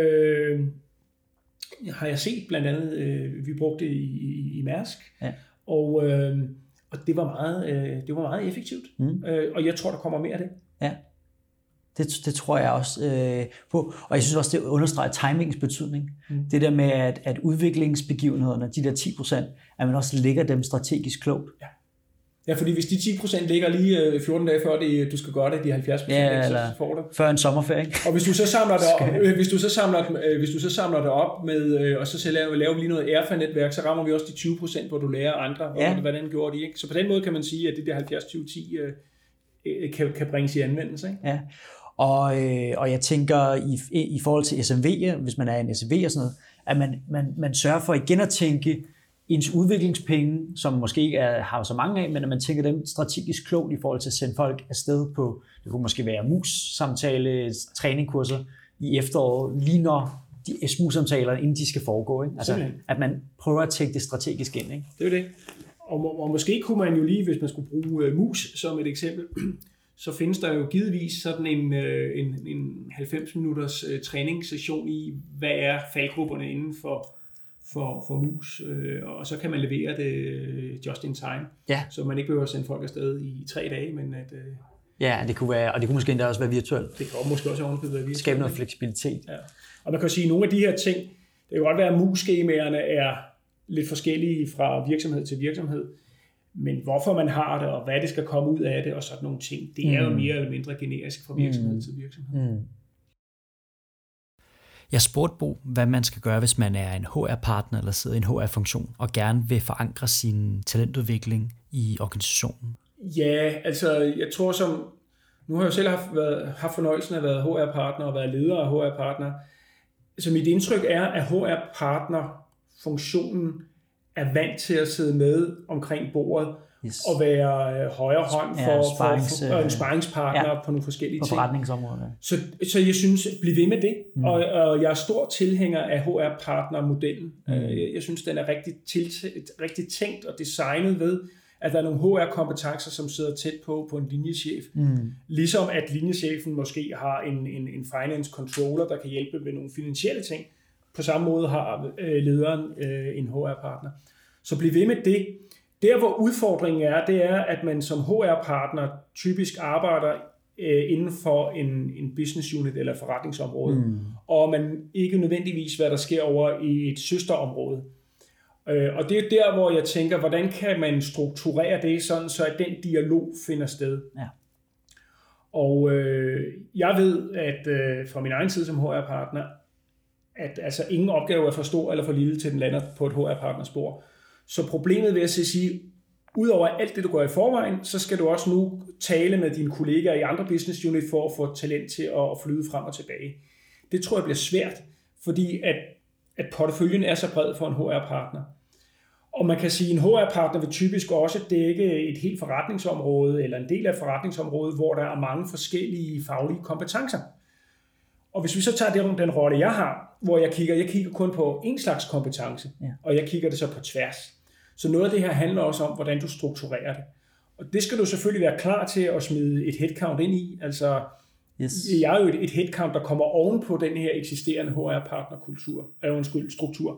har jeg set blandt andet, vi brugte det i Mærsk, og det var meget effektivt, og jeg tror, der kommer mere af det. Ja. Det tror jeg også på, og jeg synes også, det understreger timingens betydning. Det der med, at udviklingsbegivenhederne, de der 10%, at man også lægger dem strategisk klogt. Ja, fordi hvis de 10% ligger lige 14 dage før du skal gøre det, de 70%, så får du. Før en sommerferie, ikke? Og hvis du så samler det op, hvis du så samler det op med, og så laver vi lige noget erfanetværk, så rammer vi også de 20%, hvor du lærer andre, hvordan gjorde de, ikke? Så på den måde kan man sige, at det der 70-20-10 kan bringes i anvendelse, ikke? Ja. Og jeg tænker i forhold til SMV, hvis man er en SMV og sådan noget, at man sørger for igen at tænke ens udviklingspenge, som måske ikke har så mange af, men at man tænker dem strategisk klogt i forhold til at sende folk afsted på, det kunne måske være mus-samtale, træningkurser i efteråret, lige når de SMU-samtaler, inden de skal foregå. Ikke? Altså, at man prøver at tænke det strategisk ind. Ikke? Det er jo det. Og måske kunne man jo lige, hvis man skulle bruge mus som et eksempel, så findes der jo givetvis sådan en 90 minutters træningssession i, hvad er faldgrupperne inden for mus, og så kan man levere det just in time, så man ikke behøver at sende folk afsted i 3 dage, men at... Ja, det kunne være, og det kunne måske endda også være virtuelt. Det kan måske også være virtuelt. Skabe noget fleksibilitet. Ja. Og man kan sige, at nogle af de her ting, det kan godt være, at mus-skemaerne er lidt forskellige fra virksomhed til virksomhed, men hvorfor man har det, og hvad det skal komme ud af det, og sådan nogle ting, det er jo mere eller mindre generisk fra virksomhed til virksomhed. Jeg spurgte Bo, hvad man skal gøre, hvis man er en HR-partner eller sidder i en HR-funktion, og gerne vil forankre sin talentudvikling i organisationen. Ja, altså jeg tror nu har jeg selv haft fornøjelsen af at være HR-partner og været leder af HR-partner. Så mit indtryk er, at HR-partner-funktionen er vant til at sidde med omkring bordet og være højre hånd for en sparringspartner på nogle forskellige ting. På forretningsområdet. Så jeg synes, bliv ved med det. Og jeg er stor tilhænger af HR-partner-modellen. Jeg synes, den er rigtig tænkt og designet ved, at der er nogle HR-kompetencer, som sidder tæt på en linjechef. Ligesom at linjechefen måske har en finance controller, der kan hjælpe med nogle finansielle ting. På samme måde har lederen en HR-partner. Så bliv ved med det. Der, hvor udfordringen er, det er, at man som HR-partner typisk arbejder inden for en business unit eller forretningsområde, og man ikke nødvendigvis, hvad der sker over i et søsterområde. Og det er der, hvor jeg tænker, hvordan kan man strukturere det, sådan så at den dialog finder sted. Ja. Og jeg ved, at fra min egen tid som HR-partner, at altså ingen opgave er for stor eller for lille til den lander på et HR-partnerspor. Så problemet ved at sige, udover alt det, du gør i forvejen, så skal du også nu tale med dine kollegaer i andre business unit for at få talent til at flyde frem og tilbage. Det tror jeg bliver svært, fordi at porteføljen er så bred for en HR-partner. Og man kan sige, at en HR-partner vil typisk også dække et helt forretningsområde, eller en del af forretningsområdet, hvor der er mange forskellige faglige kompetencer. Og hvis vi så tager den rolle, jeg har, hvor jeg kigger kun på en slags kompetence, og jeg kigger det så på tværs. Så noget af det her handler også om, hvordan du strukturerer det. Og det skal du selvfølgelig være klar til at smide et headcount ind i. Altså, jeg er jo et headcount, der kommer oven på den her eksisterende HR-partnerstruktur.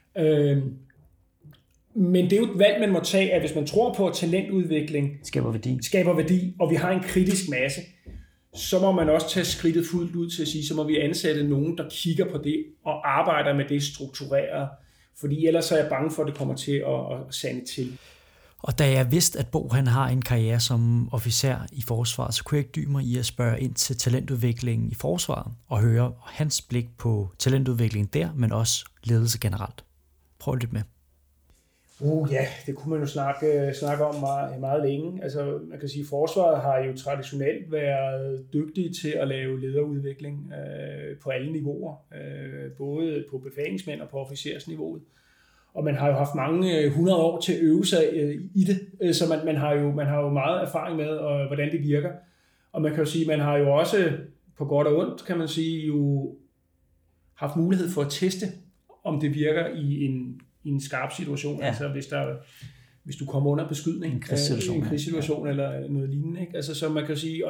Men det er jo et valg, man må tage, at hvis man tror på, at talentudvikling skaber værdi, og vi har en kritisk masse, så må man også tage skridtet fuldt ud til at sige, så må vi ansætte nogen, der kigger på det og arbejder med det struktureret. Fordi ellers er jeg bange for, at det kommer til at sande til. Og da jeg vidste, at Bo han har en karriere som officer i forsvaret, så kunne jeg ikke dybe mig i at spørge ind til talentudviklingen i forsvaret og høre hans blik på talentudviklingen der, men også ledelse generelt. Prøv lidt med. Ja, det kunne man jo snakke om meget længe. Altså, man kan sige, at forsvaret har jo traditionelt været dygtige til at lave lederudvikling på alle niveauer, både på befalingsmænd og på officersniveauet. Og man har jo haft mange 100 år til at øve sig i det, så man har jo meget erfaring med, hvordan det virker. Og man kan jo sige, man har jo også på godt og ondt, kan man sige, jo haft mulighed for at teste, om det virker i en skarp situation, altså hvis du kommer under beskydning, en krigssituation eller noget lignende, ikke? Altså så man kan sige,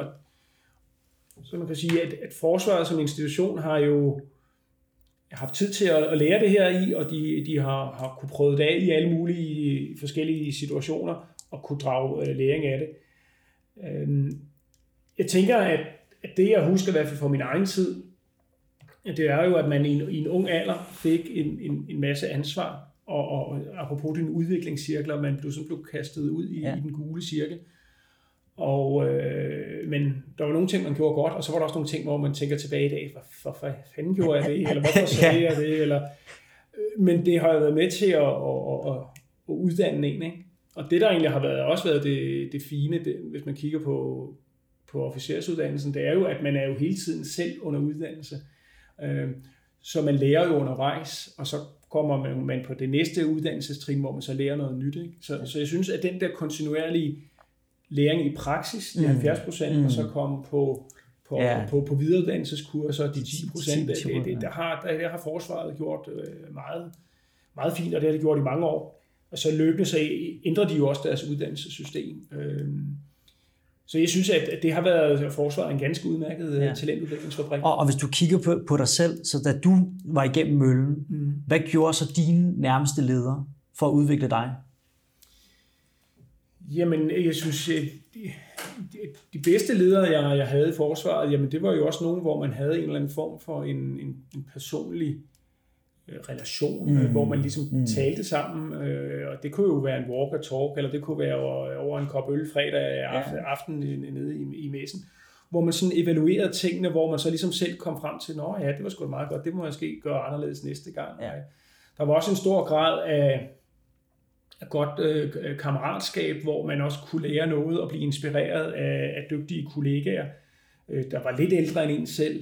at forsvaret som institution har jo haft tid til at lære det her i, og de har kunne prøve det af i alle mulige forskellige situationer og kunne drage læring af det. Jeg tænker, at det jeg husker i hvert fald fra min egen tid, det er jo, at man i en ung alder fik en masse ansvar, og apropos dine udviklingscirkler, man blev kastet ud i den gule cirkel. Men der var nogle ting, man gjorde godt, og så var der også nogle ting, hvor man tænker tilbage i dag, hvorfor fanden gjorde jeg det, eller hvorfor sagde jeg det, eller... Men det har jo været med til at uddanne en, ikke? Og det, der egentlig har også været det fine, hvis man kigger på officersuddannelsen, det er jo, at man er jo hele tiden selv under uddannelse. Så man lærer jo undervejs, og så kommer man på det næste uddannelsestrin, hvor man så lærer noget nyt, ikke? Så jeg synes, at den der kontinuerlige læring i praksis, de 70%, og så komme på videreuddannelseskurser, de 10%, der har forsvaret gjort meget, meget fint, og det har det gjort i mange år. Og så løbende så ændrer de jo også deres uddannelsessystem. Så jeg synes, at det har været forsvaret en ganske udmærket talentudviklingsfabrik. Og hvis du kigger på dig selv, så da du var igennem møllen, hvad gjorde så dine nærmeste ledere for at udvikle dig? Jamen, jeg synes, de bedste ledere, jeg havde i forsvaret, jamen det var jo også nogen, hvor man havde en eller anden form for en personlig relation, hvor man ligesom talte sammen, og det kunne jo være en walk and talk, eller det kunne være over en kop øl fredag aften nede i messen, hvor man sådan evaluerede tingene, hvor man så ligesom selv kom frem til, nå ja, det var sgu meget godt, det må jeg måske gøre anderledes næste gang. Ja. Der var også en stor grad af godt kammeratskab, hvor man også kunne lære noget og blive inspireret af dygtige kollegaer, der var lidt ældre end en selv,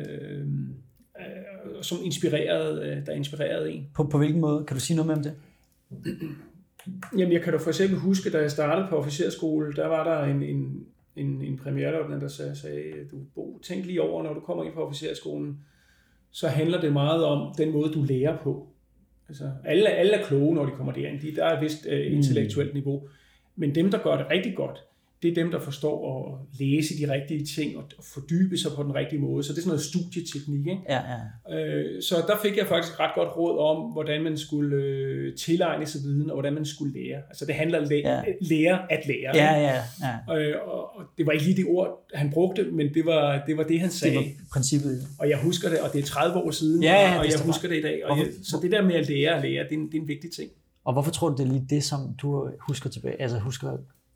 som inspirerede en. På hvilken måde? Kan du sige noget mere om det? Jamen, jeg kan da for eksempel huske, da jeg startede på officerskole, der var der en premierløjtnant, der sagde, Bo, tænk lige over, når du kommer ind på officerskolen, så handler det meget om den måde, du lærer på. Altså, alle er kloge, når de kommer derind. Der er et vist intellektuelt niveau. Men dem, der gør det rigtig godt, det er dem, der forstår at læse de rigtige ting og fordybe sig på den rigtige måde. Så det er sådan noget studieteknik. Ikke? Ja. Så der fik jeg faktisk ret godt råd om, hvordan man skulle tilegne sig viden, og hvordan man skulle lære. Altså det handler om lære at lære. Ja. Og det var ikke lige det ord, han brugte, men det var det, han sagde. Det var princippet. Og jeg husker det, og det er 30 år siden, og jeg husker det i dag. Så det der med at lære, det er en vigtig ting. Og hvorfor tror du, det er lige det, som du husker tilbage? Altså husker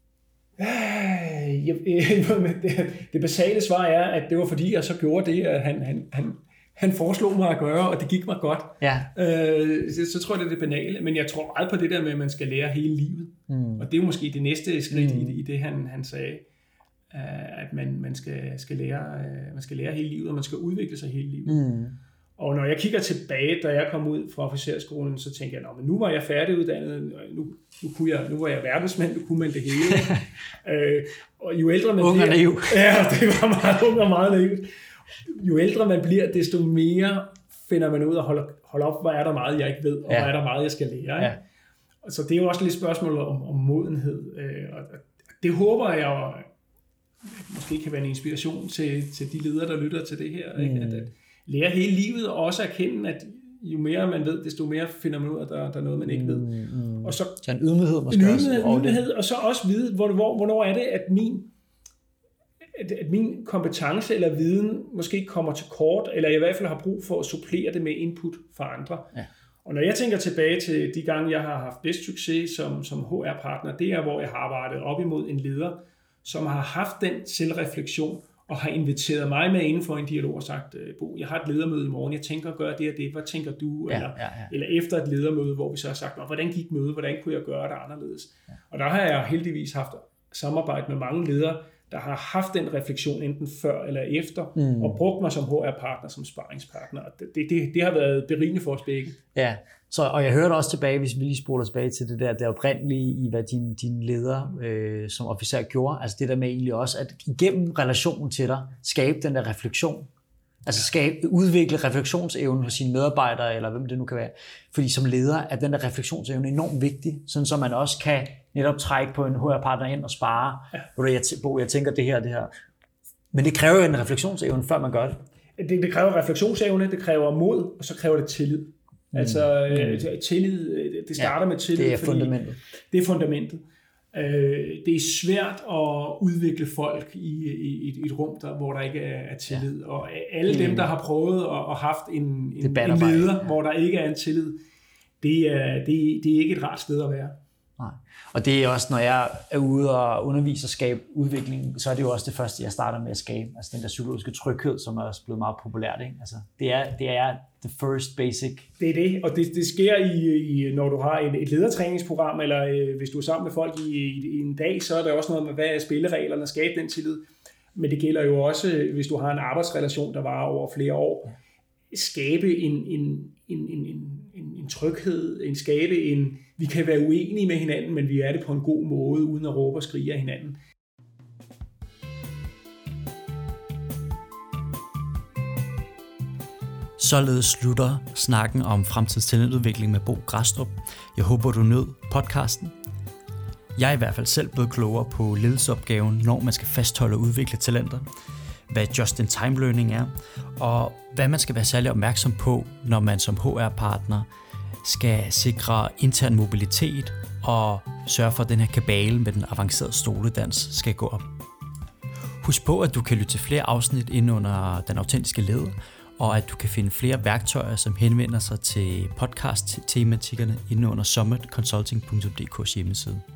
det basale svar er, at det var fordi, jeg så gjorde det, at han foreslog mig at gøre, og det gik mig godt. Ja. Så tror jeg, det er det banale. Men jeg tror meget på det der med, at man skal lære hele livet. Og det er jo måske det næste skridt i det, han sagde. At man skal lære hele livet, og man skal udvikle sig hele livet. Og når jeg kigger tilbage, da jeg kom ud fra officerskolen, så tænker jeg, men nu var jeg færdiguddannet, nu var jeg verdensmand, nu kunne man det hele. Og jo ældre man bliver... Ung og naiv. Ja, det var meget ung og meget naivt. Jo ældre man bliver, desto mere finder man ud af at holde op, hvor er der meget, jeg ikke ved, og hvor er der meget, jeg skal lære. Ja. Så det er jo også lidt spørgsmål om modenhed. Og det håber jeg måske kan være en inspiration til de ledere, der lytter til det her. Ikke? At lære hele livet, og også erkende, at jo mere man ved, desto mere finder man ud af, at der er noget, man ikke ved. Og så en ydmyghed måske ydmyghed, og så også vide, hvornår er det, at min kompetence eller viden måske kommer til kort, eller i hvert fald har brug for at supplere det med input fra andre. Ja. Og når jeg tænker tilbage til de gange, jeg har haft bedst succes som HR-partner, det er, hvor jeg har arbejdet op imod en leder, som har haft den selvreflektion, og har inviteret mig med inden for en dialog og sagt, Bo, jeg har et ledermøde i morgen, jeg tænker at gøre det og det, hvad tænker du? Eller efter et ledermøde, hvor vi så har sagt, hvordan gik mødet, hvordan kunne jeg gøre det anderledes? Ja. Og der har jeg heldigvis haft samarbejde med mange ledere, der har haft den refleksion enten før eller efter, og brugt mig som HR-partner, som sparringspartner. Og det har været berigende for os begge. Ja, og jeg hørte også tilbage, hvis vi lige spoler tilbage til det oprindelige i, hvad din leder som officer gjorde. Altså det der med egentlig også, at igennem relationen til dig, skabe den der refleksion. Altså udvikle refleksionsevnen hos sine medarbejdere, eller hvem det nu kan være. Fordi som leder er den der refleksionsevne enormt vigtig, sådan så man også kan netop trække på en HR-partner ind og spare. Ja. Jeg tænker det her. Men det kræver jo en refleksionsevne, før man gør det. Det kræver refleksionsevne, det kræver mod, og så kræver det tillid. Altså tillid, det starter med tillid. Det er fundamentet. Det er fundamentet. Det er svært at udvikle folk i et rum, hvor der ikke er tillid. Ja. Og alle dem, der har prøvet og haft en leder, hvor der ikke er en tillid, det er ikke et rart sted at være. Nej. Og det er også, når jeg er ude og undervise og skabe udvikling, så er det jo også det første, jeg starter med at skabe. Altså den der psykologiske tryghed, som er også blevet meget populært. Ikke? Altså, det er the first basic. Det er det, og det sker når du har et ledertræningsprogram, eller hvis du er sammen med folk i en dag, så er der også noget med, hvad er spillereglerne, at skabe den tillid. Men det gælder jo også, hvis du har en arbejdsrelation, der varer over flere år. Skabe en tryghed, vi kan være uenige med hinanden, men vi er det på en god måde, uden at råbe og skrige af hinanden. Således slutter snakken om fremtidstalentudvikling med Bo Græstrup. Jeg håber, du nød podcasten. Jeg er i hvert fald selv blevet klogere på ledelsesopgaven, når man skal fastholde og udvikle talenter, hvad just-in-time learning er, og hvad man skal være særlig opmærksom på, når man som HR-partner skal sikre intern mobilitet og sørge for, at den her kabale med den avancerede stoledans skal gå op. Husk på, at du kan lytte til flere afsnit inde under Den Autentiske Leder, og at du kan finde flere værktøjer, som henvender sig til podcast-tematikkerne inde under summitconsulting.dk's hjemmeside.